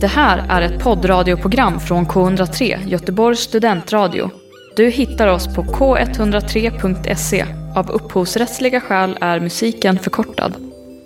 Det här är ett poddradioprogram från K103, Göteborgs studentradio. Du hittar oss på k103.se. Av upphovsrättsliga skäl är musiken förkortad.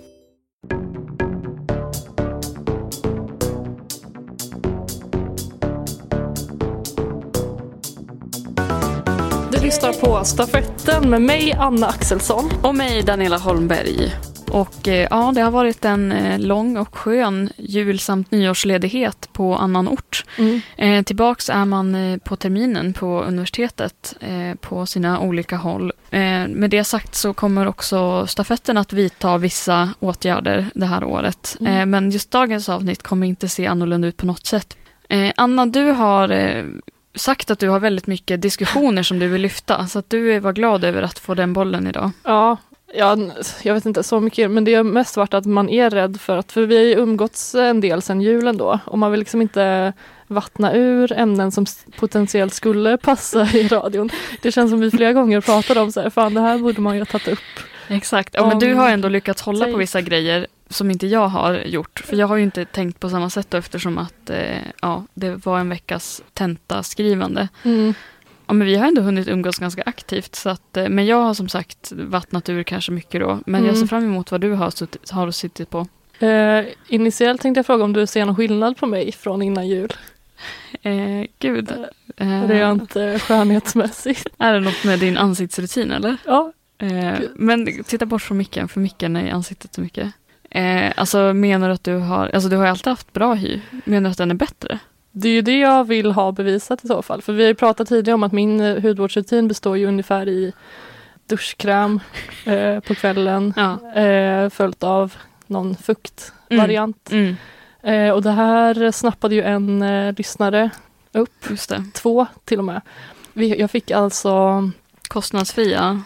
Du lyssnar på Stafetten med mig, Anna Axelsson. Och mig, Daniela Holmberg. Och ja, det har varit en lång och skön jul- samt nyårsledighet på annan ort. Tillbaks är man på terminen på universitetet på sina olika håll. Med det sagt så kommer också stafetten att vidta vissa åtgärder det här året. Men just dagens avsnitt kommer inte se annorlunda ut på något sätt. Anna, du har sagt att du har väldigt mycket diskussioner som du vill lyfta. Så att du var glad över att få den bollen idag. Ja, jag vet inte så mycket, men det har mest varit att man är rädd för vi har ju umgåtts en del sedan julen då, och man vill liksom inte vattna ur ämnen som potentiellt skulle passa i radion. Det känns som vi flera gånger pratade om så här, fan det här borde man ju ha tagit upp. Exakt, ja, men du har ändå lyckats hålla på vissa grejer som inte jag har gjort. För jag har ju inte tänkt på samma sätt då, eftersom att det var en veckas tentaskrivande. Ja, men vi har ändå hunnit umgås ganska aktivt. Så att, men jag har som sagt vattnat ur kanske mycket då. Men jag ser fram emot vad du har suttit på. Initiellt tänkte jag fråga om du ser någon skillnad på mig från innan jul. Gud. Rent skönhetsmässigt. Är det något med din ansiktsrutin eller? Ja. Men titta bort från micken, för micken är i ansiktet så mycket. Alltså menar du att du har ju alltid haft bra hy? Menar du att den är bättre? Det är ju det jag vill ha bevisat i så fall. För vi har ju pratat tidigare om att min hudvårdsrutin består ju ungefär i duschkräm på kvällen. Följt av någon fuktvariant. Och det här snappade ju en lyssnare upp. Just det. 2 till och med. Jag fick alltså kostnadsfria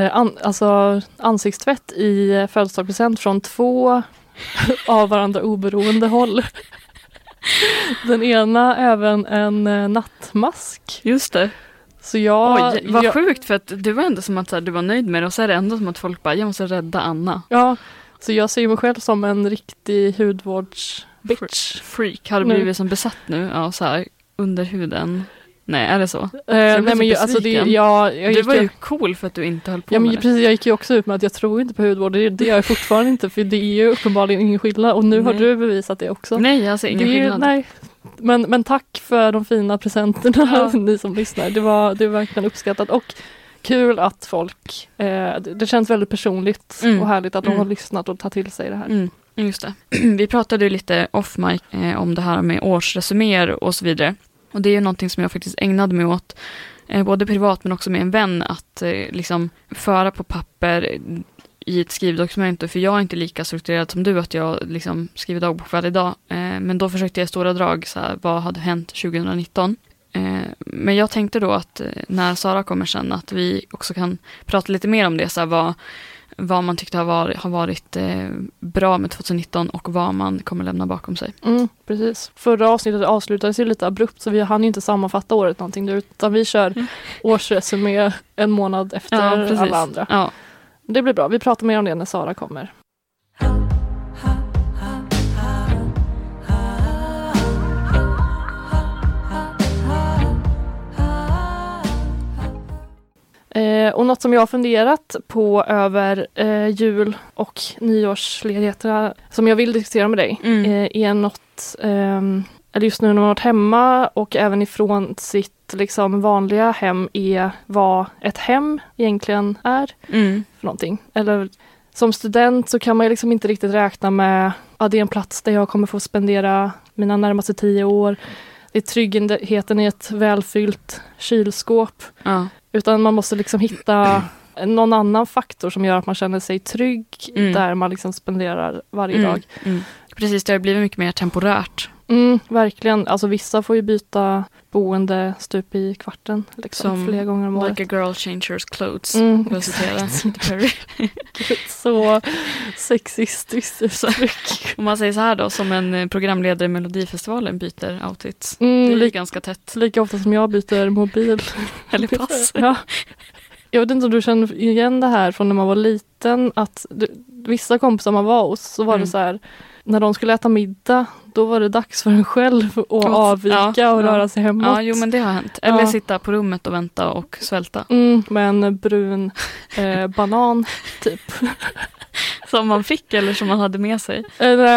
ansiktstvätt i födelsedagspresent från 2 av varandra oberoende håll. Den ena även en nattmask. Just det. Så vad sjukt, för att du var ändå som att du var nöjd med det, och så är det ändå som att folk bara, jag måste rädda Anna. Ja, så jag ser mig själv som en riktig hudvårdsbitch. Freak. Har du blivit som besatt nu? Ja, så här, under huden. Nej, är det så? Nej, men alltså du var ju cool för att du inte höll på med det. Precis, jag gick ju också ut med att jag tror inte på hudvård. Det gör jag fortfarande inte, för det är ju uppenbarligen ingen skillnad. Och nu har du bevisat det också. Nej, jag ser ingen skillnad. Nej. Men tack för de fina presenterna, ni som lyssnar. Det var verkligen uppskattat. Och kul att folk, det känns väldigt personligt och härligt att de har lyssnat och tagit till sig det här. Just det. Vi pratade ju lite off mic om det här med årsresuméer och så vidare. Och det är ju någonting som jag faktiskt ägnade mig åt, både privat men också med en vän, att liksom föra på papper i ett skrivdokument. För jag är inte lika strukturerad som du, att jag liksom skriver dagbok varje dag. Men då försökte jag i stora drag, så här, vad hade hänt 2019? Men jag tänkte då att när Sara kommer sen, att vi också kan prata lite mer om det. Så här, vad man tyckte har varit bra med 2019 och vad man kommer lämna bakom sig. Precis. Förra avsnittet avslutades ju lite abrupt, så vi hann ju inte sammanfatta året någonting, utan vi kör årsresumé en månad efter alla andra. Ja. Det blir bra. Vi pratar mer om det när Sara kommer. Och något som jag har funderat på över jul- och nyårsledigheterna som jag vill diskutera med dig är något, eller just nu när man har varit hemma och även ifrån sitt liksom vanliga hem, är vad ett hem egentligen är för någonting. Eller som student så kan man ju liksom inte riktigt räkna med att det är en plats där jag kommer få spendera mina närmaste 10 år. Det är tryggheten i ett välfyllt kylskåp. Utan man måste liksom hitta någon annan faktor som gör att man känner sig trygg där man liksom spenderar varje dag. Precis, det har blivit mycket mer temporärt. Verkligen. Alltså vissa får ju byta boende stup i kvarten. Liksom, flera gånger om året. Like a girl changes clothes. Så sexistiskt. Om man säger så här då, som en programledare i Melodifestivalen byter outfits. Det är ganska tätt. Lika ofta som jag byter mobil. Eller pass. Ja. Jag vet inte om du känner igen det här från när man var liten. Att vissa kompisar man var hos, så var det så här, när de skulle äta middag, då var det dags för en själv att avvika och röra sig hemåt. Ja, jo men det har hänt. Eller sitta på rummet och vänta och svälta. Med en brun banan typ. Som man fick eller som man hade med sig?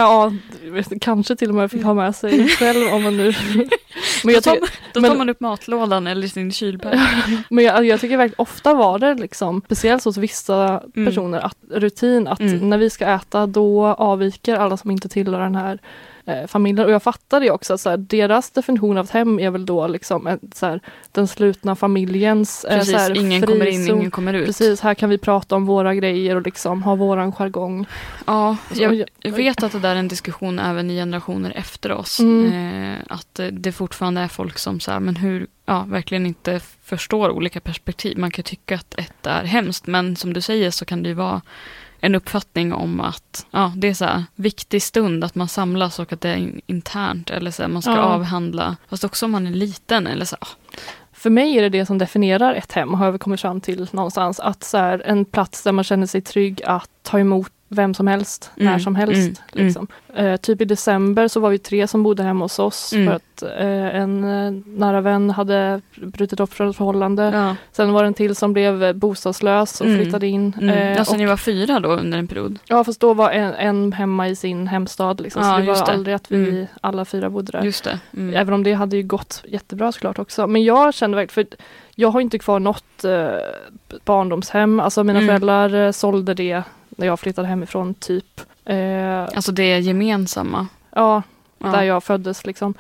Kanske till och med fick ha med sig själv om man nu... Men då tar man upp matlådan eller sin kylberg. Men jag tycker verkligen ofta var det liksom, speciellt hos vissa personer, att rutin att när vi ska äta då avviker alla som inte tillhör den här familjen. Och jag fattar det också, att så här, deras definition av ett hem är väl då liksom så här, den slutna familjens precis, så här, ingen kommer in, ingen kommer ut. Precis, här kan vi prata om våra grejer och liksom ha våran jargong. Ja, jag vet att det där är en diskussion även i generationer efter oss. Att det fortfarande är folk som så här, men hur, verkligen inte förstår olika perspektiv. Man kan tycka att ett är hemskt, men som du säger så kan det ju vara en uppfattning om att det är så här viktig stund att man samlas och att det är internt eller så här, man ska avhandla, fast också om man är liten eller så. För mig är det som definierar ett hem, har jag kommit fram till någonstans, att så här, en plats där man känner sig trygg att ta emot vem som helst, när som helst. Liksom. Typ i december så var vi 3 som bodde hemma hos oss för att en nära vän hade brutit upp från ett förhållande. Ja. Sen var det en till som blev bostadslös och flyttade in. Alltså ni var 4 då under en period? Ja, fast då var en hemma i sin hemstad. Liksom, så det var aldrig att vi alla 4 bodde där. Just det. Även om det hade ju gått jättebra såklart också. Men jag kände verkligen, för jag har inte kvar något barndomshem. Alltså mina föräldrar sålde det när jag flyttade hemifrån typ. Alltså det är gemensamma? Ja, där jag föddes liksom.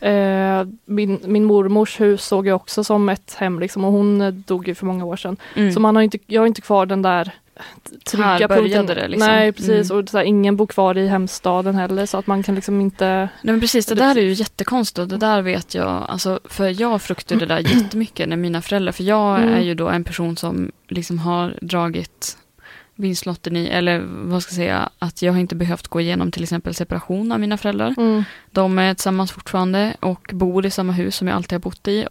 Min mormors hus såg jag också som ett hem liksom, och hon dog ju för många år sedan. Så jag har inte kvar den där trygga punkten. Det liksom. Nej, precis. Och så här, ingen bor kvar i hemstaden heller, så att man kan liksom inte... Nej, men precis, det där är ju jättekonstigt. Det där vet jag, alltså, för jag fruktade det där jättemycket när mina föräldrar, för jag är ju då en person som liksom har dragit vinstlotten i, eller vad ska jag säga, att jag har inte behövt gå igenom till exempel separation av mina föräldrar. De är tillsammans fortfarande och bor i samma hus som jag alltid har bott i.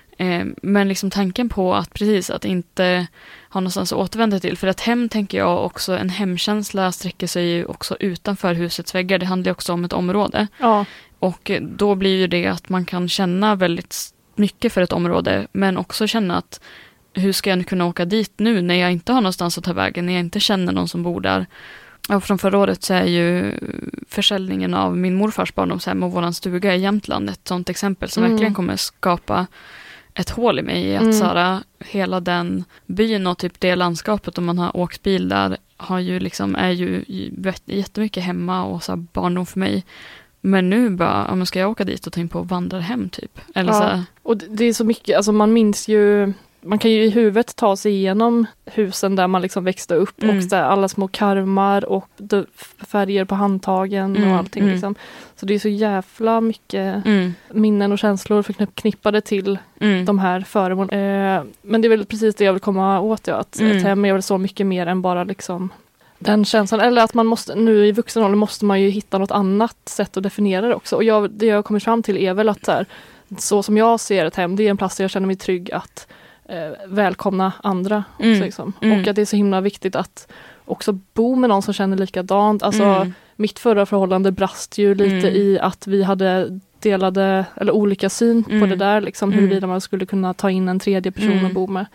Men liksom tanken på att precis att inte ha någonstans att återvända till, för att hem tänker jag också, en hemkänsla sträcker sig ju också utanför husets väggar. Det handlar också om ett område. Ja. Och då blir ju det att man kan känna väldigt mycket för ett område, men också känna att hur ska jag kunna åka dit nu när jag inte har någonstans att ta vägen, när jag inte känner någon som bor där. Och från förra året så är ju försäljningen av min morfars barndomshem och våran stuga i Jämtland ett sånt exempel som verkligen kommer skapa ett hål i mig i att Sara, hela den byn och typ det landskapet, om man har åkt bil där, har ju liksom, är ju jättemycket hemma och så här barndom för mig. Men nu bara, ska jag åka dit och ta in på vandrarhem typ? Eller så här. Och det är så mycket, alltså man minns ju, man kan ju i huvudet ta sig igenom husen där man liksom växte upp och där alla små karmar och färger på handtagen och allting liksom. Så det är så jävla mycket minnen och känslor förknippade till de här föremålen. Men det är väl precis det jag vill komma åt, att ett hem är väl så mycket mer än bara liksom den känslan. Eller att man måste, nu i vuxen ålder måste man ju hitta något annat sätt att definiera det också. Och det jag kommer fram till är väl att så som jag ser ett hem, det är en plats där jag känner mig trygg att välkomna andra också, liksom. Och att det är så himla viktigt att också bo med någon som känner likadant. Alltså mitt förra förhållande brast ju lite i att vi hade delade eller olika syn på det där, liksom, huruvida man skulle kunna ta in en tredje person och bo med.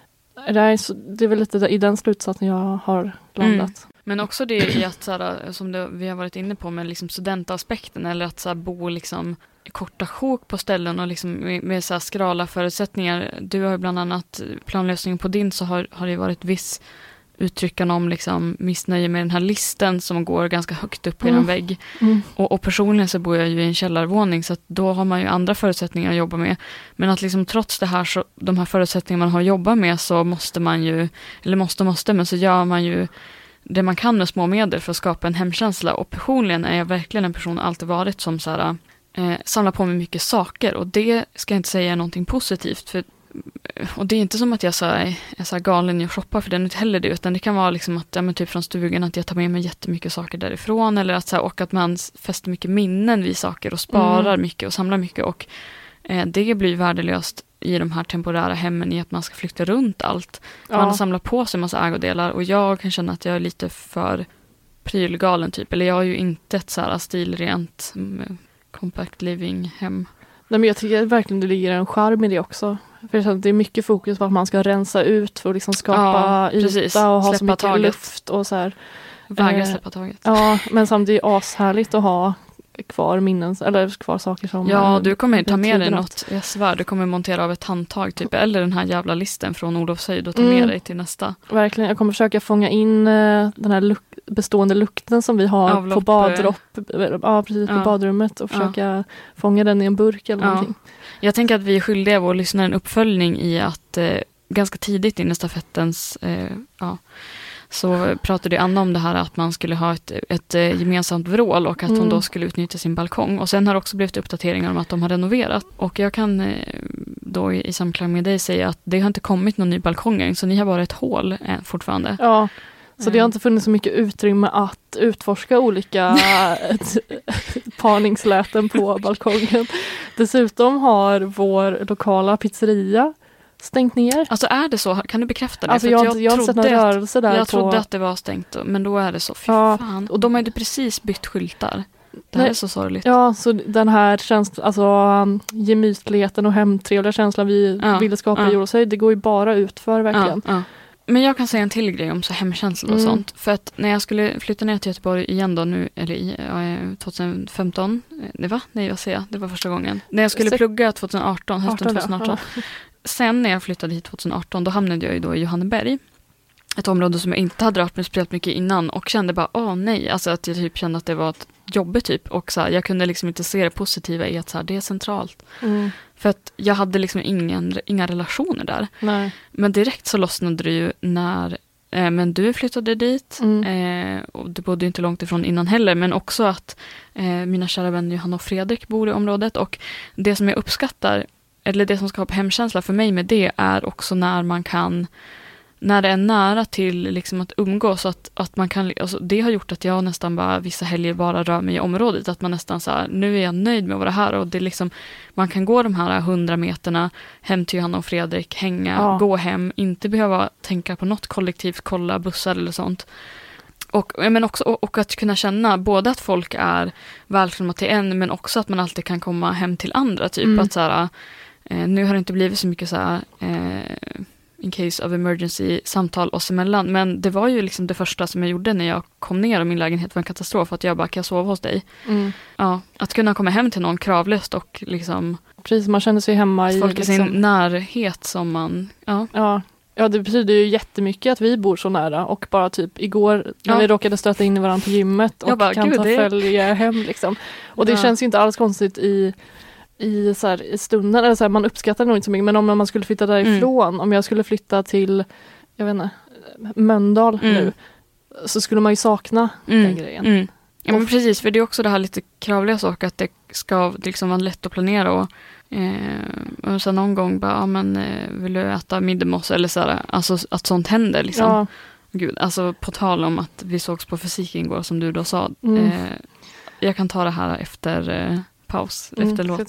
Det är väl lite i den slutsatsen jag har landat. Men också det i att som vi har varit inne på med liksom studentaspekten, eller att bo liksom korta sjok på ställen och liksom med så här skrala förutsättningar. Du har ju bland annat planlösningen på din, så har det varit viss uttryckande om liksom missnöje med den här listen som går ganska högt upp i en vägg. Och personligen så bor jag ju i en källarvåning, så att då har man ju andra förutsättningar att jobba med. Men att liksom trots det här, så de här förutsättningarna man har jobbat med, så måste man ju, eller men så gör man ju det man kan med små medel för att skapa en hemkänsla. Och personligen är jag verkligen en person, alltid varit som så här, samlar på mig mycket saker, och det ska jag inte säga är någonting positivt, och det är inte som att jag är så galen i att shoppa, för det är inte heller det, utan det kan vara liksom att typ från stugan att jag tar med mig jättemycket saker därifrån, eller att och att man fäster mycket minnen vid saker och sparar mycket och samlar mycket, och det blir värdelöst i de här temporära hemmen i att man ska flytta runt allt. Man samlar på sig en massa ägodelar, och jag kan känna att jag är lite för prylgalen typ. Eller jag har ju inte ett så här stilrent compact living hem. Nej, men jag tycker verkligen det ligger en charm i det också. För det är mycket fokus på att man ska rensa ut för att liksom skapa yta och ha så mycket luft och så här. Vägra släppa taget. Ja, men samtidigt är det ashärligt att ha kvar minnen eller kvar saker som... Ja, du kommer ta med dig något. Jag svär, du kommer montera av ett handtag typ. Eller den här jävla listen från Olofshöjd och ta med dig till nästa. Verkligen, jag kommer försöka fånga in den här bestående lukten som vi har på baddropp. Ja, precis, på badrummet och försöka fånga den i en burk eller någonting. Jag tänker att vi är skyldiga vår lyssnare en uppföljning i att ganska tidigt in i stafettens så pratade Anna om det här att man skulle ha ett gemensamt vrål och att hon då skulle utnyttja sin balkong. Och sen har det också blivit uppdateringar om att de har renoverat. Och jag kan då i samklang med dig säga att det har inte kommit någon ny balkong, så ni har bara ett hål fortfarande. Ja, så det har inte funnits så mycket utrymme att utforska olika parningsläten på balkongen. Dessutom har vår lokala pizzeria stängt ner. Alltså är det så? Kan du bekräfta det? Alltså jag har inte sett någon rörelse där. Jag trodde att det var stängt, men då är det så. Fy fan. Och de har ju precis bytt skyltar. Det här är så sorgligt. Ja, så den här känslan, alltså gemytligheten och hemtrevliga känslan vi ville skapa i Olofshöjd, det går ju bara ut för verkligen. Men jag kan säga en till grej om så hemkänsla och sånt. För att när jag skulle flytta ner till Göteborg igen då nu, eller 2015, det var första gången. När jag skulle plugga 2018, hösten 2018. Sen när jag flyttade hit 2018, då hamnade jag ju då i Johanneberg. Ett område som jag inte hade rört mig speciellt mycket innan och kände bara, nej. Alltså att jag typ kände att det var ett jobbigt typ. Och så här, jag kunde liksom inte se det positiva i att så här, det är centralt. För att jag hade liksom inga relationer där. Nej. Men direkt så lossnade det ju när men du flyttade dit. Och du bodde ju inte långt ifrån innan heller. Men också att mina kära vänner Johanna och Fredrik bor i området. Och det som jag uppskattar, eller det som skapar hemkänsla för mig med det, är också när det är nära till liksom att umgås, att man kan, alltså det har gjort att jag nästan bara vissa helger bara rör mig i området, att man nästan så här, nu är jag nöjd med att vara här, och det är liksom, man kan gå de här 100 meterna hem till Johanna och Fredrik, hänga, gå hem, inte behöva tänka på något kollektivt, kolla bussar eller sånt. Men också och att kunna känna både att folk är välkomna till en, men också att man alltid kan komma hem till andra typ, att så här, nu har det inte blivit så mycket så här in case of emergency samtal oss emellan, men det var ju liksom det första som jag gjorde när jag kom ner och min lägenhet var en katastrof, att jag bara, kan jag sova hos dig? Ja, att kunna komma hem till någon kravlöst och liksom precis, man känner sig hemma i folk liksom, i sin närhet som man Ja, det betyder ju jättemycket att vi bor så nära, och bara typ igår när vi råkade stöta in i varandra på gymmet och bara, kan följa hem liksom. Och det känns ju inte alls konstigt i så här, i stunden, eller så här, man uppskattar det nog inte så mycket, men om man skulle flytta därifrån, om jag skulle flytta till, jag vet inte, Mölndal nu, så skulle man ju sakna den grejen. Ja, men precis, för det är också det här lite kravliga saker, att det ska liksom vara lätt att planera och sen någon gång bara, vill du äta middag med oss, eller så här, alltså att sånt händer liksom. Ja. Gud, alltså på tal om att vi sågs på fysik igår, som du då sa, jag kan ta det här efter paus, efter låt.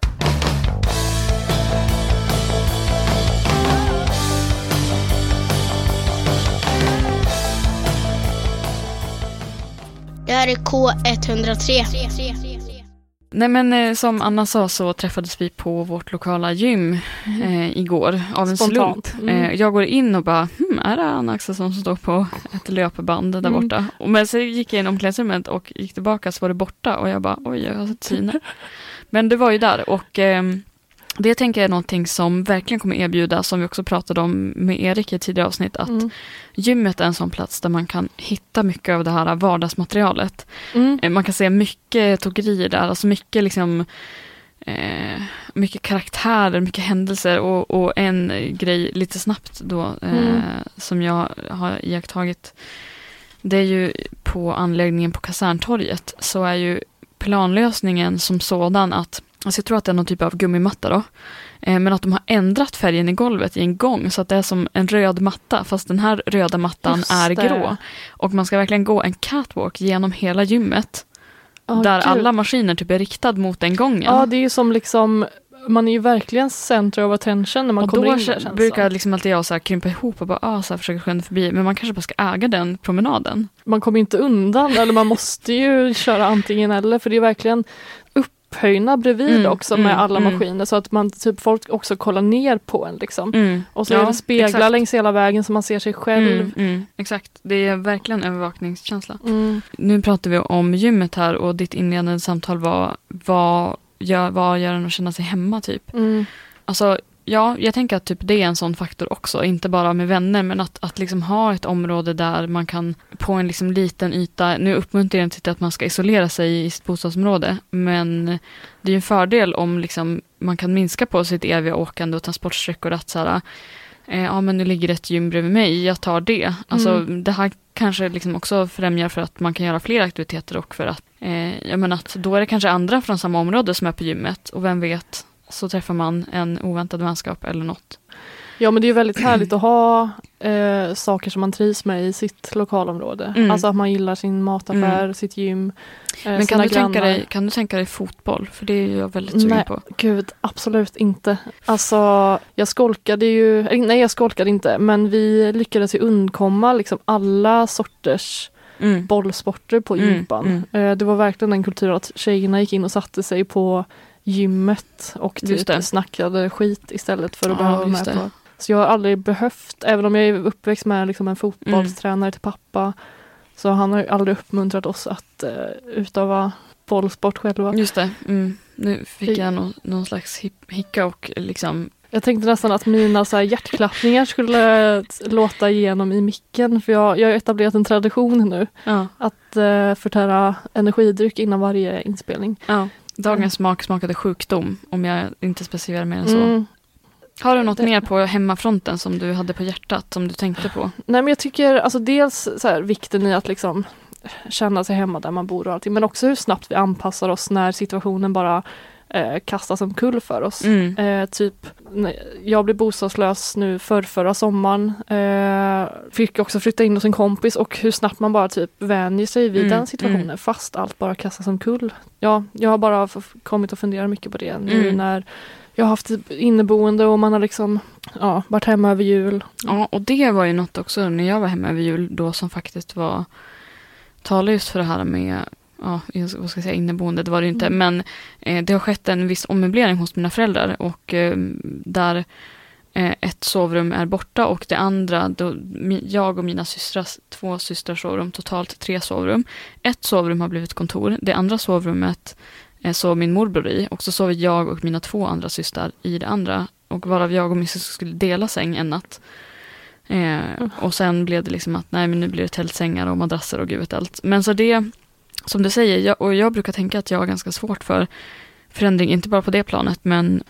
Det här är K103. Nej, men som Anna sa så träffades vi på vårt lokala gym igår av en slump. Jag går in och bara, är det Anna Axelsson som står på ett löpeband där borta? Men så gick jag in i omklädningsrummet och gick tillbaka, så var det borta, och jag bara, oj, jag har sett syner. Men det var ju där, och det tänker jag är någonting som verkligen kommer erbjuda, som vi också pratade om med Erik i ett tidigare avsnitt, att gymmet är en sån plats där man kan hitta mycket av det här vardagsmaterialet. Man kan se mycket tokerier där, alltså mycket liksom mycket karaktärer, mycket händelser, och en grej lite snabbt då som jag har iakttagit, det är ju på anläggningen på Kaserntorget, så är ju planlösningen som sådan att, alltså jag tror att det är någon typ av gummimatta då, men att de har ändrat färgen i golvet i en gång, så att det är som en röd matta, fast den här röda mattan är grå, och man ska verkligen gå en catwalk genom hela gymmet, där alla maskiner typ är riktad mot den gången. Ja, det är ju som liksom man är ju verkligen center of attention när man och kommer då in där. brukar liksom alltid jag så här krympa ihop och bara så här försöka skynda förbi. Men man kanske bara ska äga den promenaden. Man kommer inte undan, eller man måste ju köra antingen eller, för det är verkligen upphöjna bredvid också med alla maskiner, så att man typ folk också kollar ner på en liksom. Och så är det speglar längs hela vägen så man ser sig själv. Exakt, det är verkligen övervakningskänsla. Nu pratar vi om gymmet här och ditt inledande samtal var vad gör en att känna sig hemma typ. Alltså ja, jag tänker att typ det är en sån faktor också, inte bara med vänner, men att liksom ha ett område där man kan på en liksom liten yta, nu uppmuntrar jag inte till att man ska isolera sig i sitt bostadsområde, men det är ju en fördel om liksom man kan minska på sitt eviga åkande och transportsträckor, att såhär, ja men nu ligger ett gym bredvid mig, jag tar det. Alltså det här kanske liksom också främjar för att man kan göra fler aktiviteter, och för att, jag menar att då är det kanske andra från samma område som är på gymmet, och vem vet, så träffar man en oväntad vänskap eller något. Ja, men det är väldigt härligt att ha saker som man trivs med i sitt lokalområde. Alltså att man gillar sin mataffär, sitt gym, men kan du tänka dig fotboll? För det är jag väldigt sugen på. Gud, absolut inte. Alltså, jag skolkade inte, men vi lyckades ju undkomma liksom alla sorters bollsporter på gympan. Det var verkligen en kultur att tjejerna gick in och satte sig på gymmet och typ snackade skit istället för att behöva med på. Så jag har aldrig behövt, även om jag är uppväxt med liksom en fotbollstränare till pappa, så han har aldrig uppmuntrat oss att utöva bollsport själva. Just det. Nu fick jag någon slags hicka och liksom... Jag tänkte nästan att mina så här hjärtklappningar skulle låta igenom i micken, för jag har etablerat en tradition nu att förtära energidryck innan varje inspelning. Ja. Dagens smakade sjukdom, om jag inte specificerar mer än så. Har du något mer på hemmafronten som du hade på hjärtat, som du tänkte på? Nej, men jag tycker alltså dels så här, vikten i att liksom känna sig hemma där man bor och allting, men också hur snabbt vi anpassar oss när situationen bara kastas omkull för oss. Typ, jag blev bostadslös nu förra sommaren. Fick också flytta in hos en kompis, och hur snabbt man bara typ vänjer sig vid den situationen fast allt bara kastas omkull. Ja, jag har bara kommit att fundera mycket på det nu när jag har haft inneboende och man har liksom varit hemma över jul. Ja, och det var ju något också när jag var hemma över jul då som faktiskt talar just för det här med vad ska jag säga, inneboende, det var det inte, men det har skett en viss ommöblering hos mina föräldrar, och där ett sovrum är borta, och det andra, då, jag och mina två systrars sovrum, totalt 3 sovrum. Ett sovrum har blivit kontor, det andra sovrummet sov min morbror i, och så sov jag och mina 2 andra systrar i det andra, och varav jag och min syster skulle dela säng en natt. Och sen blev det liksom att nej, men nu blir det tältsängar och madrasser och gud vet allt. Men så det, som du säger, jag brukar tänka att jag har ganska svårt för förändring, inte bara på det planet, men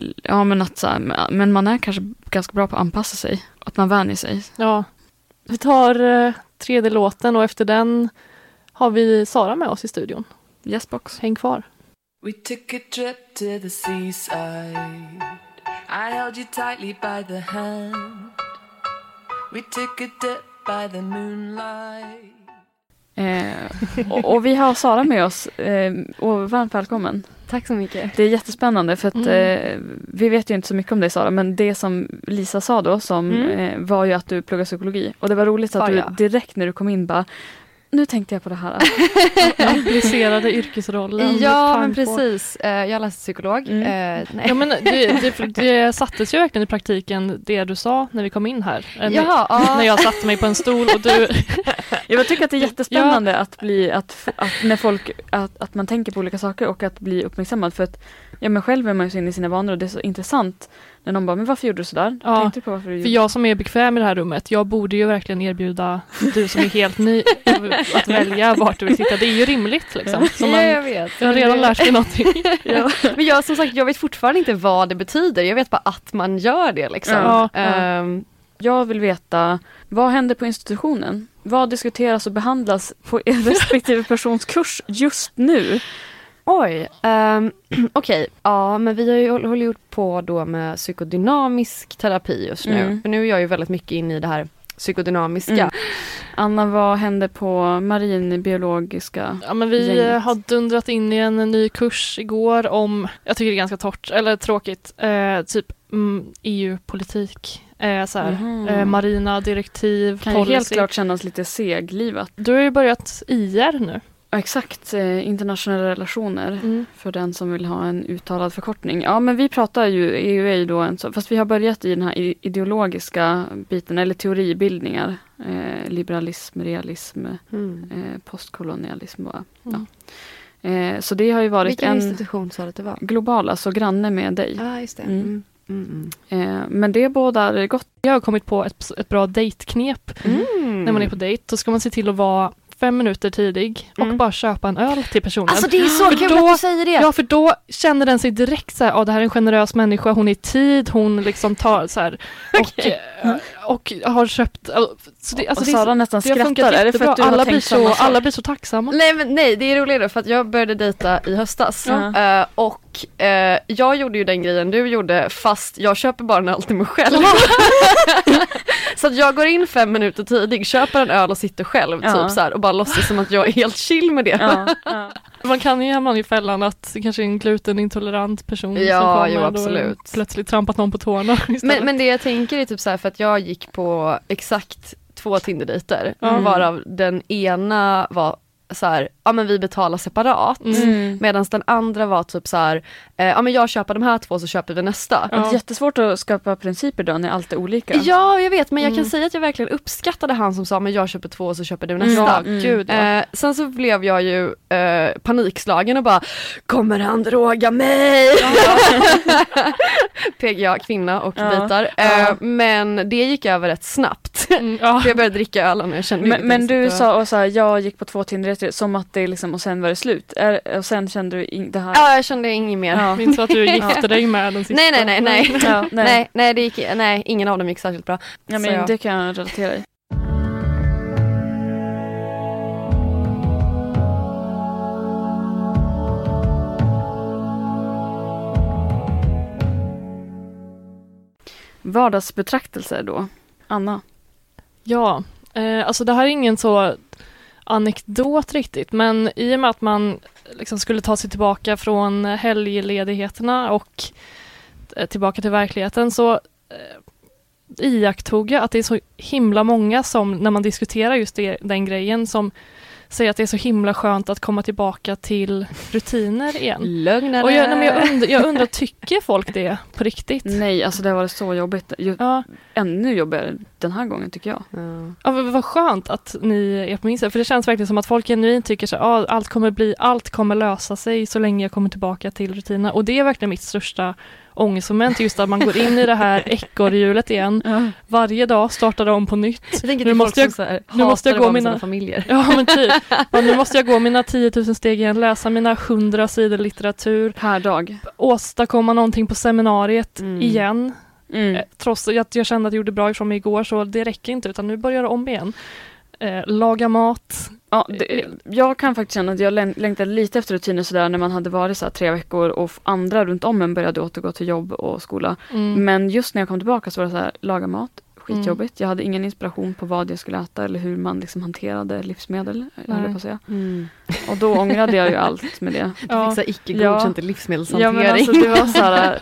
men man är kanske ganska bra på att anpassa sig, att man vänjer sig. Ja, vi tar 3:e låten, och efter den har vi Sara med oss i studion. Yes, box. Häng kvar. We took a trip to the seaside. I held you tightly by the hand. We took a dip by the moonlight. Och vi har Sara med oss, och varmt välkommen. Tack så mycket. Det är jättespännande för att vi vet ju inte så mycket om dig, Sara, men det som Lisa sa då var ju att du pluggar psykologi, och det var roligt att du direkt när du kom in bara, nu tänkte jag på det här. Applicerade yrkesrollen. Ja, men precis. Jag läste psykolog. Nej. Ja, men det sattes ju verkligen i praktiken det du sa när vi kom in här. När jag satte mig på en stol och du... Jag tycker att det är jättespännande att när folk att man tänker på olika saker och att bli uppmärksammad, för att men själv är man ju så inne i sina vanor, och det är så intressant när någon bara, men varför gjorde du sådär? Tänkte du på varför du gjorde? För jag som är bekväm i det här rummet, jag borde ju verkligen erbjuda du som är helt ny att välja vart du vill sitta. Det är ju rimligt liksom. Jag vet. Jag har redan lärt mig någonting. Men jag vet fortfarande inte vad det betyder. Jag vet bara att man gör det liksom. Jag vill veta, vad händer på institutionen? Vad diskuteras och behandlas på respektive persons kurs just nu? Oj, okej. Ja, men vi har ju hållit på då med psykodynamisk terapi just nu. För nu är jag ju väldigt mycket inne i det här psykodynamiska. Anna, vad hände på marinbiologiska? Ja, men vi har dundrat in i en ny kurs igår om, jag tycker det är ganska torrt, eller tråkigt, typ EU-politik. Marina direktiv, kan policy. Ju helt klart kännas lite seglivat. Du har ju börjat IR nu. Ja, exakt, internationella relationer för den som vill ha en uttalad förkortning. Ja, men vi pratar ju, EU är ju då fast vi har börjat i den här ideologiska biten, eller teoribildningar. Liberalism, realism, postkolonialism. Så det har ju varit Vilken institution sa det var? Global, alltså granne med dig. Ja, just det. Men det bådar gott. Jag har kommit på ett bra dejtknep när man är på dejt. Då ska man se till att vara 5 minuter tidig och bara köpa en öl till personen. Alltså det är så kul att du säger det. Ja, för då känner den sig direkt så här, det här är en generös människa, hon är i tid, hon liksom tar så här och har köpt så det, alltså och Sara nästan skrattar. Är det för att du alla blir så tacksamma? Nej, det är roligare för att jag började dejta i höstas och jag gjorde ju den grejen du gjorde, fast jag köper bara en öl till mig själv. Så att jag går in 5 minuter tidig, köper en öl och sitter själv typ så här, och bara låtsas som att jag är helt chill med det. Man kan ju hamna i fällan att det kanske är en glutenintolerant person som kommer och plötsligt trampat någon på tårna. Men det jag tänker är typ så här, för att jag gick på exakt 2 Tinder-dejter, varav den ena var så här, men vi betalar separat, medan den andra var typ så här, men jag köper de här 2 så köper vi nästa. Det är jättesvårt att skapa principer då när allt är olika. Ja, jag vet, men jag kan säga att jag verkligen uppskattade han som sa, men jag köper 2 så köper du nästa. Sen så blev jag ju panikslagen och bara, kommer han droga mig? PGA, kvinna och dejtar. Men det gick över rätt snabbt. För jag började dricka öl och jag kände men du sa och så här, jag gick på 2 Tinder som att det liksom, och sen var det slut. Och sen kände du det här? Ja, jag kände inget mer. Minns att du gifte dig med den sista? Nej, det gick, ingen av dem gick särskilt bra. Ja, men det kan jag relatera i. Vardagsbetraktelser då. Anna? Ja, alltså det här är ingen så anekdot riktigt, men i och med att man liksom skulle ta sig tillbaka från helgledigheterna och tillbaka till verkligheten, så iakttog jag att det är så himla många som, när man diskuterar just den grejen, som säger att det är så himla skönt att komma tillbaka till rutiner igen. Lögnare. Och jag undrar, tycker folk det på riktigt? Nej, alltså det har varit så jobbigt. Ännu jobbigare den här gången tycker jag. Ja, vad skönt att ni är på min sida. För det känns verkligen som att folk genuint tycker så allt kommer lösa sig så länge jag kommer tillbaka till rutinerna. Och det är verkligen mitt största ångestmoment, just att man går in i det här ekorrhjulet igen. Varje dag startar om på nytt. Jag tänker nu måste jag gå mina familjer. Ja, men typ. Nu måste jag gå mina 10 000 steg igen, läsa mina 100 sidor litteratur per dag. Åstadkomma någonting på seminariet igen. Trots att jag kände att jag gjorde bra ifrån mig igår, så det räcker inte, utan nu börjar det om igen. Laga mat. Ja, jag kan faktiskt känna att jag längtade lite efter rutiner sådär när man hade varit så här 3 veckor och andra runt om en började återgå till jobb och skola. Men just när jag kom tillbaka så var det så här, laga mat, skitjobbigt. Jag hade ingen inspiration på vad jag skulle äta eller hur man liksom hanterade livsmedel, höll jag på att säga. Och då ångrade jag ju allt med det. Du fick så icke-godkänt livsmedelshantering. Ja, men alltså det var så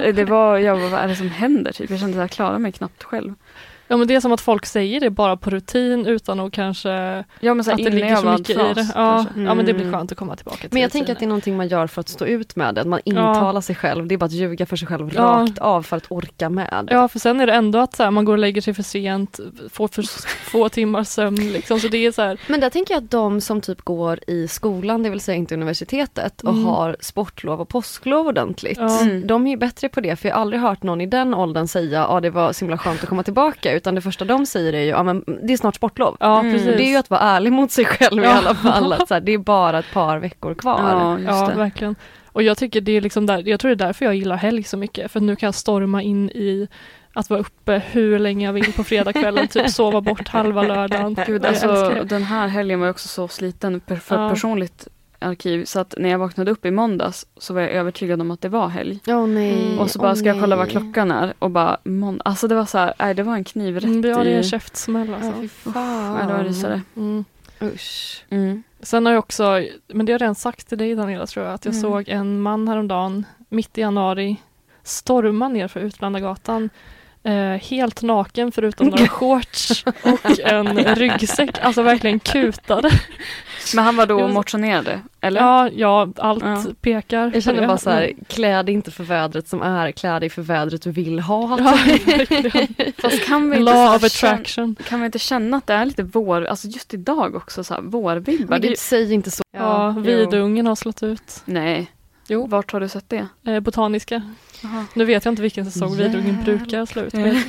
här, vad är det som händer typ? Jag kände att jag klarade mig knappt själv. Ja, men det är som att folk säger det bara på rutin utan att kanske men så att det ligger så mycket i det. Ja, men det blir skönt att komma tillbaka till. Men jag tänker att det är någonting man gör för att stå ut med det. Att man intalar sig själv. Det är bara att ljuga för sig själv rakt av för att orka med. Ja, för sen är det ändå att så här, man går och lägger sig för sent, får för få timmars sömn liksom, så det är så här. Men där tänker jag att de som typ går i skolan, det vill säga inte universitetet, och har sportlov och påsklov ordentligt, de är ju bättre på det, för jag har aldrig hört någon i den åldern säga det var så himla skönt att komma tillbaka, utan det första de säger är ju men det är snart sportlov. Precis. Det är ju att vara ärlig mot sig själv i alla fall, att så här, det är bara ett par veckor kvar. Ja, verkligen. Och jag tycker det är liksom jag tror det är därför jag gillar helg så mycket, för nu kan jag storma in i att vara uppe hur länge jag vill på fredagskvällen, typ sova bort halva lördagen. Gud, alltså, den här helgen var också så sliten personligt. arkiv så att när jag vaknade upp i måndags så var jag övertygad om att det var helg. Nej. Och så bara ska jag kolla vad klockan är och bara alltså det var så här, nej det var en kniv rätt i. Det är en käftsmäll alltså. Fy fan. Ja, det var rysare. Usch. Sen har jag också, men det har jag redan sagt till dig Daniela tror jag, att jag såg en man häromdagen mitt i januari storma ner för Utblandargatan helt naken förutom några shorts och en ryggsäck, alltså verkligen kutade. Men han var då motionerade, eller? Ja, allt pekar. Jag känner bara så här, klä dig inte för vädret som är, klä dig för vädret du vill ha. Ja, verkligen. Fast kan vi Law of attraction. Kan vi inte känna att det är lite vår, alltså just idag också så här, vårvibbar? Men säg inte så. Ja, vidungen har slått ut. Nej. Jo. Vart har du sett det? Botaniska. Aha. Nu vet jag inte vilken säsong vidungen brukar slå ut. Men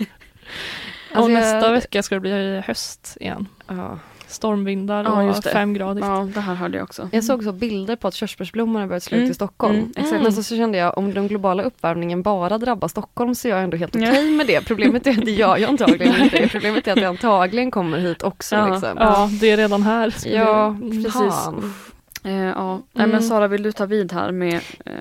och nästa vecka ska det bli höst igen. Stormvindar och 5 grader. Ja, det här hörde jag också. Jag såg så bilder på att körsbärsblommorna börjat slå ut i Stockholm. Men så kände jag, om den globala uppvärmningen bara drabbar Stockholm så är jag ändå helt okej med det. Problemet är att det gör jag antagligen inte. Problemet är att det antagligen kommer hit också. Ja, liksom. Ja, det är redan här. Ja, precis. Nej, men Sara, vill du ta vid här med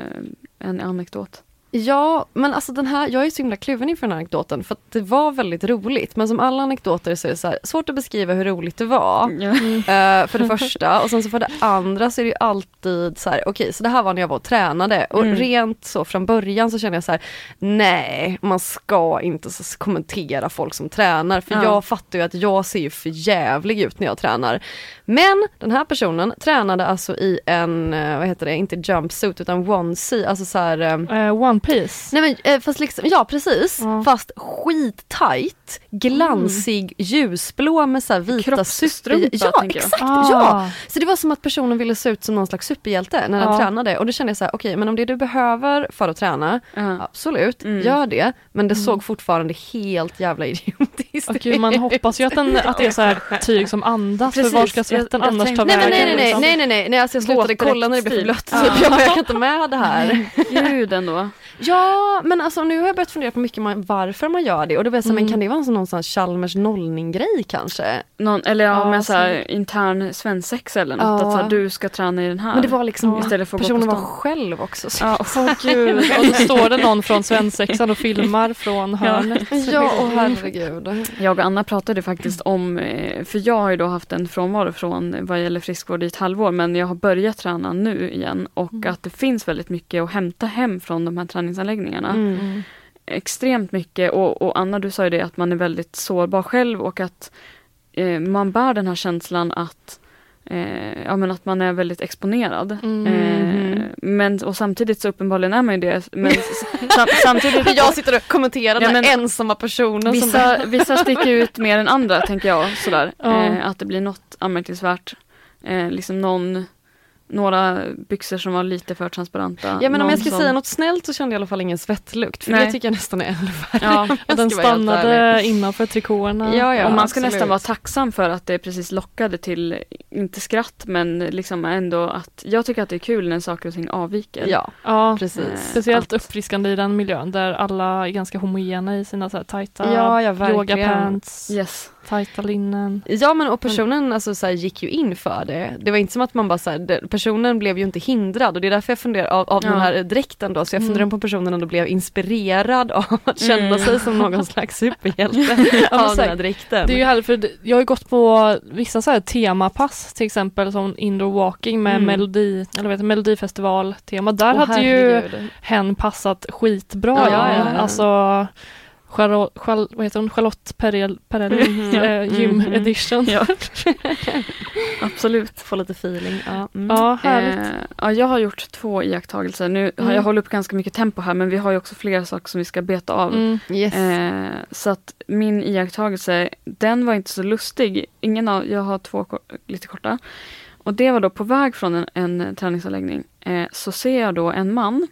en anekdot? Ja, men alltså den här, jag är så himla kluven inför den här anekdoten för att det var väldigt roligt, men som alla anekdoter så är det så här, svårt att beskriva hur roligt det var för det första, och sen så för det andra så är det ju alltid så här, okej, så det här var när jag var och tränade och rent så från början så kände jag så här, nej, man ska inte så kommentera folk som tränar, för jag fattar ju att jag ser ju för jävlig ut när jag tränar. Men den här personen tränade alltså i en, vad heter det, inte jumpsuit utan onesie, alltså så här One Piece. Nej men fast liksom, ja precis, fast skittajt, glansig, ljusblå med så här vita kroppsstrumpa. Ja, exakt. Ja. Så det var som att personen ville se ut som någon slags superhjälte när den tränade, och då kände jag så här, okej, men om det du behöver för att träna, absolut, gör det, men det såg fortfarande helt jävla idiotiskt. Okej, man hoppas ju att det är så här tyg som andas, för var ska svetten annars ta vägen? Nej, alltså jag slutade kolla när det blev för blött, så jag kan inte med det här. Ljuden då. Ja, men alltså nu har jag börjat fundera på mycket varför man gör det, och då vet jag, men kan det vara någon sån Chalmers nollning-grej kanske? Med så här intern svensexa eller något, att så här, du ska träna i den här. Men det var liksom, istället för personen var själv också. Gud. Och då står det någon från svensexan och filmar från hörnet. Herregud. Jag och Anna pratade faktiskt om, för jag har ju då haft en frånvaro från vad gäller friskvård i ett halvår, men jag har börjat träna nu igen, och att det finns väldigt mycket att hämta hem från de här träningsanläggningarna. Extremt mycket, och Anna, du sa ju det, att man är väldigt sårbar själv, och att man bär den här känslan att men att man är väldigt exponerad. Men, och samtidigt så uppenbarligen är man ju det. Men samtidigt jag sitter och kommenterar den här ensamma personen. Vissa sticker ut mer än andra, tänker jag. Sådär. Att det blir något anmärkningsvärt. Liksom några byxor som var lite för transparenta. Ja, men om jag ska säga något snällt så kände jag i alla fall ingen svettlukt. För det tycker jag nästan är ännu värre. Ja, den stannade innanför trikåerna. Ja, och man ska nästan vara tacksam för att det precis lockade till, inte skratt, men liksom ändå att jag tycker att det är kul när saker och ting avviker. Ja, precis. Speciellt uppfriskande i den miljön där alla är ganska homogena i sina så här tajta yogapants. Tajta linnen. Ja, men och personen alltså, så här, gick ju in för det. Det var inte som att man bara så här, personen blev ju inte hindrad, och det är därför jag funderar av den här dräkten då, så jag funderar på personen och då blev inspirerad av att känna sig som någon slags superhjälte av den här dräkten. Det är ju härligt, för jag har ju gått på vissa så här temapass, till exempel som indoor walking med Melodifestival-tema. Där hade ju hen passat skitbra. Alltså Charlotte Perrelli gym edition. Absolut, få lite feeling. Ja, härligt. Jag har gjort 2 iakttagelser. Nu har jag hållit upp ganska mycket tempo här, men vi har ju också flera saker som vi ska beta av. Så att min iakttagelse, den var inte så lustig. Jag har 2 lite korta. Och det var då på väg från en träningsanläggning. Så ser jag då en man.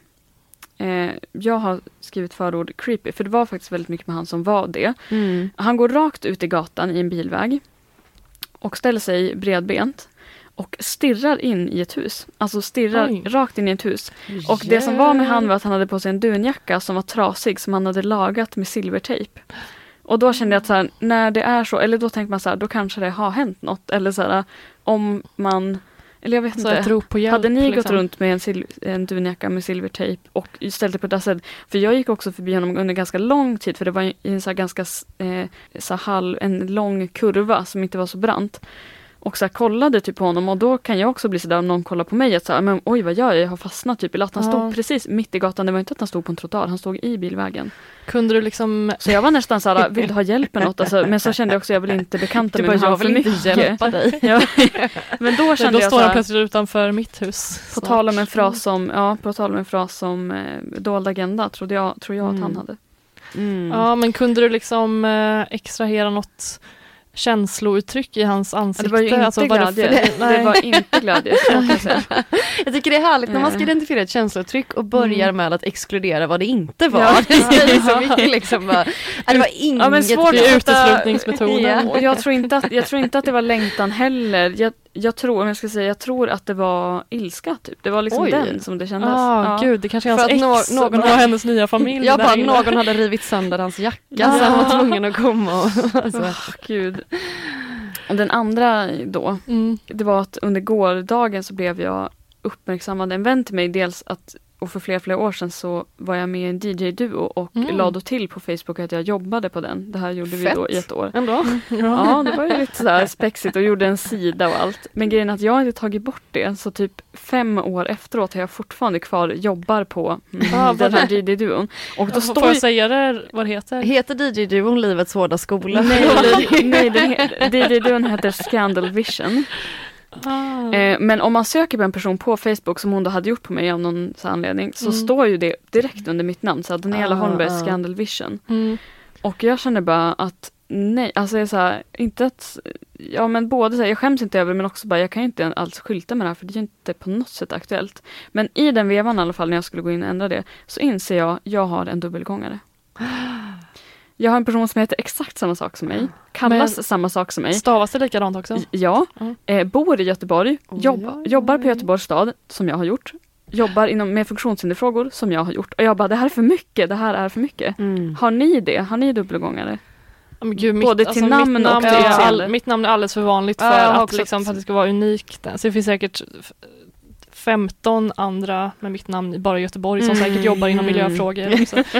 Jag har skrivit förord creepy, för det var faktiskt väldigt mycket med han som var det. Han går rakt ut i gatan i en bilväg och ställer sig bredbent och stirrar in i ett hus. Alltså stirrar rakt in i ett hus. Och det som var med han var att han hade på sig en dunjacka som var trasig, som han hade lagat med silvertejp. Och då kände jag att så här, när det är så, eller då tänker man så här, då kanske det har hänt något. Eller så här, om man Eller jag vet Så ett inte. rop på hjälp. Hade ni gått liksom. runt med en dunjacka med silvertejp och ställt det på dasset? För jag gick också förbi honom under ganska lång tid, för det var i en så här ganska en lång kurva som inte var så brant. Och så här kollade typ på honom, och då kan jag också bli sådär om någon kollar på mig att så här, men oj vad gör jag har fastnat typ i latt. Han stod precis mitt i gatan, det var inte att han stod på en trottoar, han stod i bilvägen. Kunde du liksom... Så jag var nästan såhär, vill du ha hjälp med något? Alltså, men så kände jag också, jag vill inte bekanta mig med honom för mycket. Jag vill inte hjälpa dig. Ja. Men då kände Då jag står han såhär, plötsligt utanför mitt hus. på tal om en fras som dold agenda, tror jag att han hade. Ja, men kunde du liksom extrahera något känslouttryck i hans ansikte? Det var ju inte glädje. Det var inte glädje. Jag tycker det är härligt när man ska identifiera ett känslouttryck och börjar med att exkludera vad det inte var. Ja. Det säger så mycket liksom. Det var inget. Ja, men svårt Det är uteslutningsmetoden. Ja. Och jag tror inte att det var längtan heller. Jag tror att det var ilska typ. Det var liksom den som det kändes. Gud, det kanske är För hans att ex. Någon var hennes nya familj. Jag bara, där inne. någon hade rivit sönder hans jacka så han var tvungen att komma och alltså. Gud. Och den andra då, det var att under gårdagen så blev jag uppmärksammad. En vän till mig, dels att, och för flera år sedan så var jag med i en DJ-duo och la då till på Facebook att jag jobbade på den. Det här gjorde vi då i ett år. Ändå. Ja, det var ju lite sådär spexigt och gjorde en sida och allt. Men grejen är att jag har inte tagit bort det, så typ 5 år efteråt har jag fortfarande kvar, jobbar på den här DJ-duon. Och då står jag säga det, vad det heter? Heter DJ-duon Livets hårda skola? Nej, DJ-duon heter Scandal Vision. Men om man söker på en person på Facebook som hon då hade gjort på mig av någon anledning, så står ju det direkt under mitt namn, så Daniela Holmberg Scandal Vision. Och jag känner bara att nej, alltså jag är så här, inte att, ja men både så här, jag skäms inte över, men också bara, jag kan ju inte alls skylta med det här, för det är ju inte på något sätt aktuellt. Men i den vevan i alla fall, när jag skulle gå in och ändra det, så inser jag har en dubbelgångare. Jag har en person som heter exakt samma sak som mig. Kallas samma sak som mig. Stavas det likadant också? Ja. Bor i Göteborg. Jobbar på Göteborgs stad, som jag har gjort. Jobbar med funktionshinderfrågor, som jag har gjort. Och jag bara, det här är för mycket. Har ni det? Har ni dubbelgångare? Men gud, både till namn och till utseende. Mitt namn är alldeles för vanligt för att det ska vara unikt. Så det finns säkert 15 andra med mitt namn bara i Göteborg som säkert jobbar inom miljöfrågor.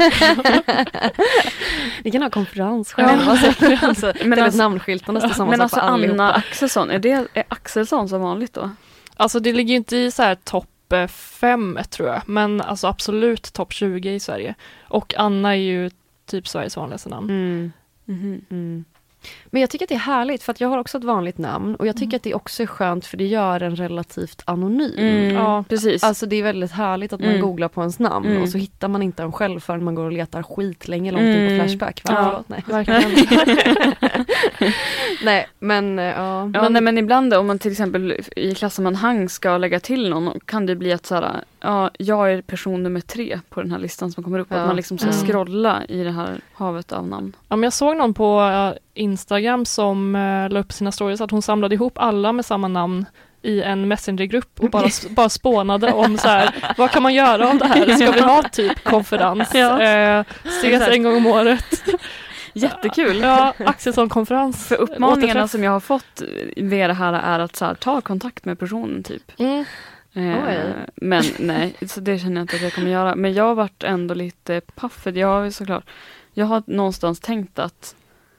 Vi kan ha konferens själva. Alltså, men alltså, namnskyltarna står samma sak på allihopa. Anna Axelsson, är Axelsson så vanligt då? Alltså det ligger ju inte i så här topp 5 tror jag, men alltså absolut topp 20 i Sverige. Och Anna är ju typ Sveriges vanligaste namn. Men jag tycker att det är härligt, för att jag har också ett vanligt namn, och jag tycker att det också är skönt, för det gör en relativt anonym. Ja, precis. Alltså det är väldigt härligt att man googlar på ens namn och så hittar man inte en själv förrän man går och letar skitlänge långt in på Flashback. Nej, verkligen. Nej, men nej, men ibland om man till exempel i klassammanhang ska lägga till någon, kan det bli att så här, jag är person nummer 3 på den här listan som kommer upp, att man liksom ska scrolla i det här havet av namn. Ja, men jag såg någon på Instagram som la upp sina stories att hon samlade ihop alla med samma namn i en messengergrupp och bara spånade om så här, vad kan man göra om det här? Ska vi ha typ konferens? Ses en gång om året. Jättekul. Ja, Axelsson-konferens. För uppmaningarna som jag har fått via det här är att så här, ta kontakt med personen typ. Men nej, så det känner jag inte att jag kommer göra. Men jag har varit ändå lite paff, för jag har någonstans tänkt att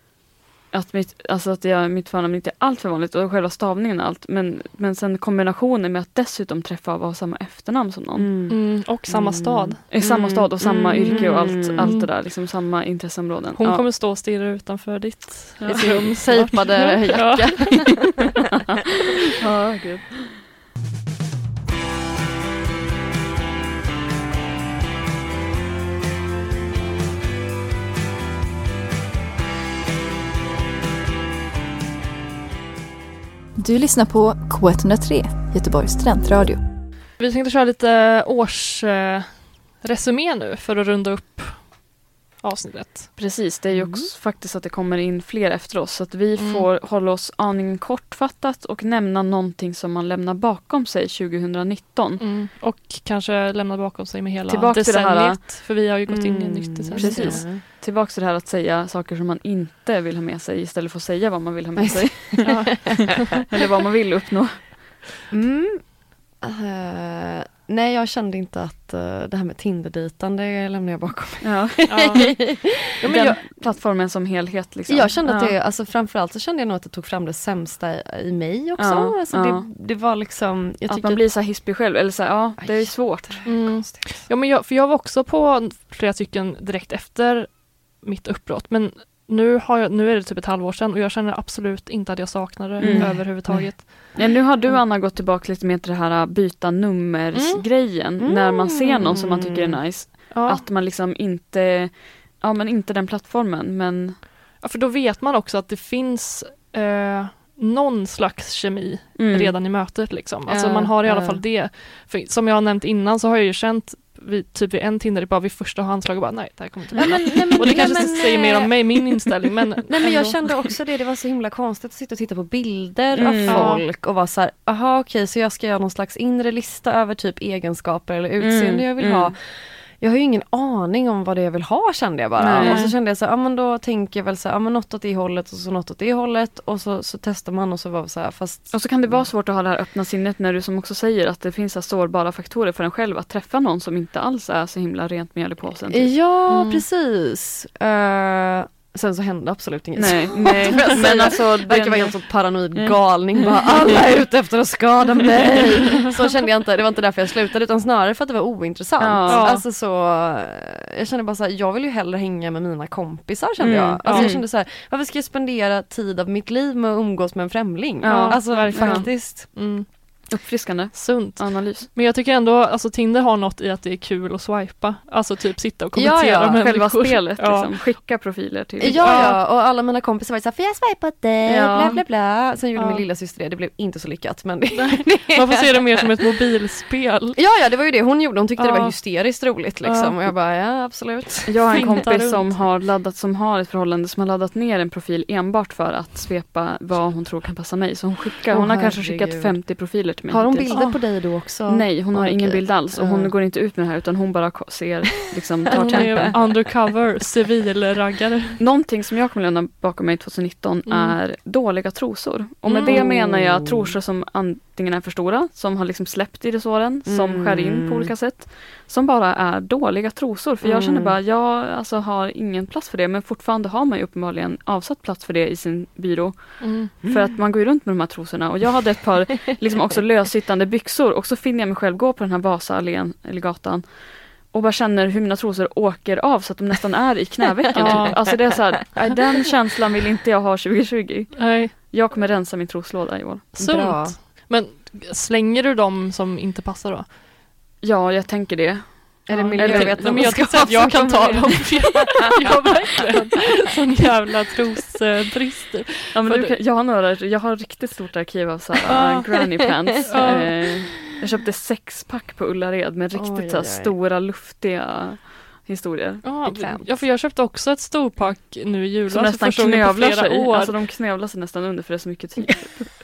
mitt förnamn inte är allt för vanligt, och själva stavningen och allt, men sen kombinationen med att dessutom träffa av samma efternamn som någon. Och samma stad. Samma stad och samma yrke och allt det där, liksom samma intresseområden. Hon kommer stå och stirra utanför ditt rum. Sejpade jacka. Gud. Du lyssnar på K103, Göteborgs studentradio. Vi tänkte köra lite årsresumé nu för att runda upp avsnittet. Precis, det är ju också faktiskt att det kommer in fler efter oss, så att vi får hålla oss aningen kortfattat och nämna någonting som man lämnar bakom sig 2019. Och kanske lämna bakom sig med hela tillbaka decenniet, till det här, för vi har ju gått in i ett nytt decennium. Precis. Tillbaka till det här att säga saker som man inte vill ha med sig istället för att säga vad man vill ha med sig. Eller vad man vill uppnå. Nej, jag kände inte att det här med Tinder-dejtande lämnar jag bakom mig. Ja. Ja, men Den plattformen som helhet liksom. Jag kände att det, alltså framförallt så kände jag nog att det tog fram det sämsta i mig också. Ja, Alltså det var liksom... Jag att man blir så här hispig själv, eller så här, det är svårt. Ja, men jag var också på flera stycken direkt efter mitt uppbrott, men nu är det typ ett halvår sedan och jag känner absolut inte att jag saknar det överhuvudtaget. Ja, nu har du, Anna, gått tillbaka lite mer till det här byta nummersgrejen när man ser någon som man tycker är nice. Ja. Att man liksom inte, men inte den plattformen, men... Ja, för då vet man också att det finns någon slags kemi redan i mötet liksom. Alltså man har i alla fall det. För som jag har nämnt innan så har jag ju känt vid en Tinder bara vid första handslag och bara nej, det här kommer inte bli. Och det kanske säger mer om mig, min inställning. Men nej, jag kände också det var så himla konstigt att sitta och titta på bilder av folk och vara så här, okej, så jag ska göra någon slags inre lista över typ egenskaper eller utseende jag vill ha. Jag har ju ingen aning om vad det jag vill ha, kände jag bara. Nej. Och så kände jag så här, men då tänker jag väl så här, men något åt det hållet och så något åt det hållet och så testar man och så var det så här, fast... Och så kan det vara svårt att ha det här öppna sinnet när du som också säger att det finns så sårbara faktorer för en själv att träffa någon som inte alls är så himla rent mjöl i påsen. Typ. Ja, precis. Sen så hände absolut inget. Nej. Men alltså det verkar vara helt så paranoid galning. Bara, alla är ute efter att skada mig. Så kände jag inte. Det var inte därför jag slutade utan snarare för att det var ointressant. Alltså så, jag kände bara så här, jag vill ju hellre hänga med mina kompisar kände jag. Alltså jag kände så här, varför ska jag spendera tid av mitt liv med att umgås med en främling? Alltså faktiskt. Uppfriskande. Sunt. Analys. Men jag tycker ändå, alltså Tinder har något i att det är kul att swipa. Alltså typ sitta och kommentera med själva spelet liksom. Skicka profiler till. Ja, och alla mina kompisar var så här, för jag swipade dig, bla bla bla. Sen gjorde min lilla syster det blev inte så lyckat. Men man får se det mer som ett mobilspel. Ja, det var ju det hon gjorde. Hon tyckte det var hysteriskt roligt liksom. Och jag bara, ja absolut. Jag har en kompis som har ett förhållande som har laddat ner en profil enbart för att svepa vad hon tror kan passa mig. Så hon har kanske skickat 50 profiler. Har hon bilder på dig då också? Nej, hon har ingen bild alls och hon går inte ut med det här utan hon bara ser liksom tar tempen. Undercover, civilraggare. Någonting som jag kommer lämna bakom mig 2019 är dåliga trosor. Och med det menar jag trosor som antingen är för stora, som har liksom släppt i resåren, som skär in på olika sätt, som bara är dåliga trosor. För jag känner bara, jag alltså har ingen plats för det, men fortfarande har man ju uppenbarligen avsatt plats för det i sin byrå. För att man går ju runt med de här trosorna. Och jag hade ett par liksom också lössittande byxor och så finner jag mig själv gå på den här Vasaalén eller gatan och bara känner hur mina trosor åker av så att de nästan är i knävecken. Typ. Alltså det är så här, den känslan vill inte jag ha 2020. Nej. Jag kommer rensa min troslåda i år. Bra. Men slänger du dem som inte passar då? Ja, jag tänker det. Är det miljövetenskap? Men jag tänkte att jag kan ta dem. Jag har verkligen sån jävla trosbrister. Ja, men jag har riktigt stort arkiv av så här, granny pants. Jag köpte 6-pack på Ullared med riktigt så här, stora luftiga historier. Ja, för jag köpte också ett storpack nu i julas. Som nästan knövlar sig. Alltså de knövlar sig nästan under för det är så mycket tid.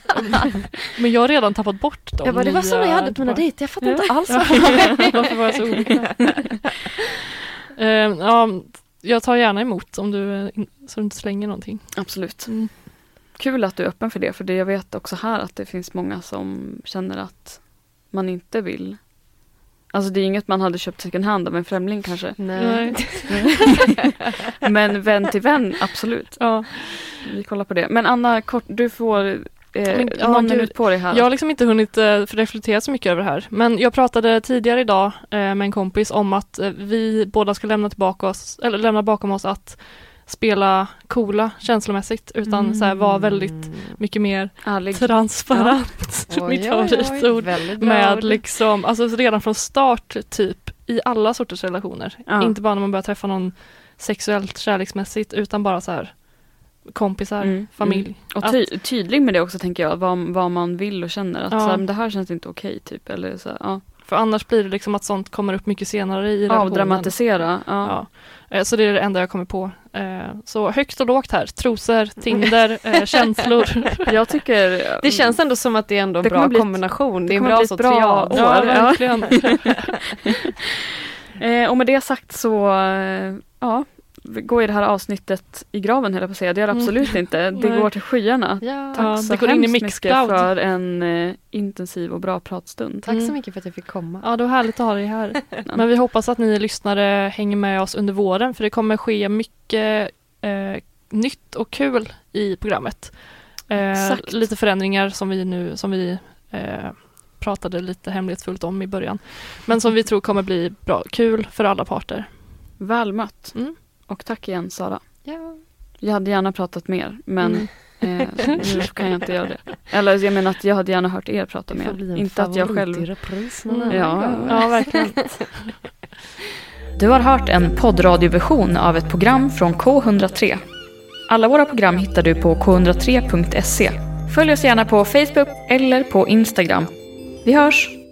Men jag har redan tappat bort dem. Jag bara, det var som när jag hade på mina dejter. Jag fattar inte alls varför var jag så olika. Jag tar gärna emot om du inte slänger någonting. Absolut. Kul att du är öppen för det. För jag vet också här att det finns många som känner att man inte vill. Alltså det är inget man hade köpt second hand av en främling kanske. Nej. Men vän till vän, absolut. Ja. Vi kollar på det. Men Anna, kort, du får någon minut på dig här. Jag har liksom inte hunnit reflektera så mycket över det här. Men jag pratade tidigare idag med en kompis om att vi båda ska lämna bakom oss att spela coola känslomässigt utan så här, vara väldigt mycket mer ärlig. Transparent. Mitt favoritord. Med liksom, alltså redan från start typ i alla sorters relationer. Inte bara när man börjar träffa någon sexuellt kärleksmässigt utan bara så här kompisar, familj. Och tydlig med det också tänker jag, vad man vill och känner. Att så här, men det här känns inte okej typ. Eller så här, För annars blir det liksom att sånt kommer upp mycket senare i relationen. Avdramatisera. Så det är det enda jag kommer på. Så högt och lågt här. Trosor, Tinder, känslor. Jag tycker... Det känns ändå som att det är ändå en bra kombination. Det är en bra så bra år. Ja, verkligen. Och med det sagt så... går i det här avsnittet i graven, höll jag på att säga. Det är det absolut inte. Det går till skyarna. Ja. Tack så det går in i hemskt mycket mixcloud. för en intensiv och bra pratstund. Tack så mycket för att jag fick komma. Ja, det var härligt att ha dig här. Men vi hoppas att ni lyssnare hänger med oss under våren, för det kommer ske mycket nytt och kul i programmet. Lite förändringar som vi pratade lite hemlighetsfullt om i början. Men som vi tror kommer bli bra, kul för alla parter. Väl mött. Och tack igen, Sara. Ja. Jag hade gärna pratat mer, men nu kan jag inte göra det. Eller jag menar att jag hade gärna hört er prata mer. Inte att jag själv... Ja, verkligen. Du har hört en poddradioversion av ett program från K103. Alla våra program hittar du på k103.se. Följ oss gärna på Facebook eller på Instagram. Vi hörs!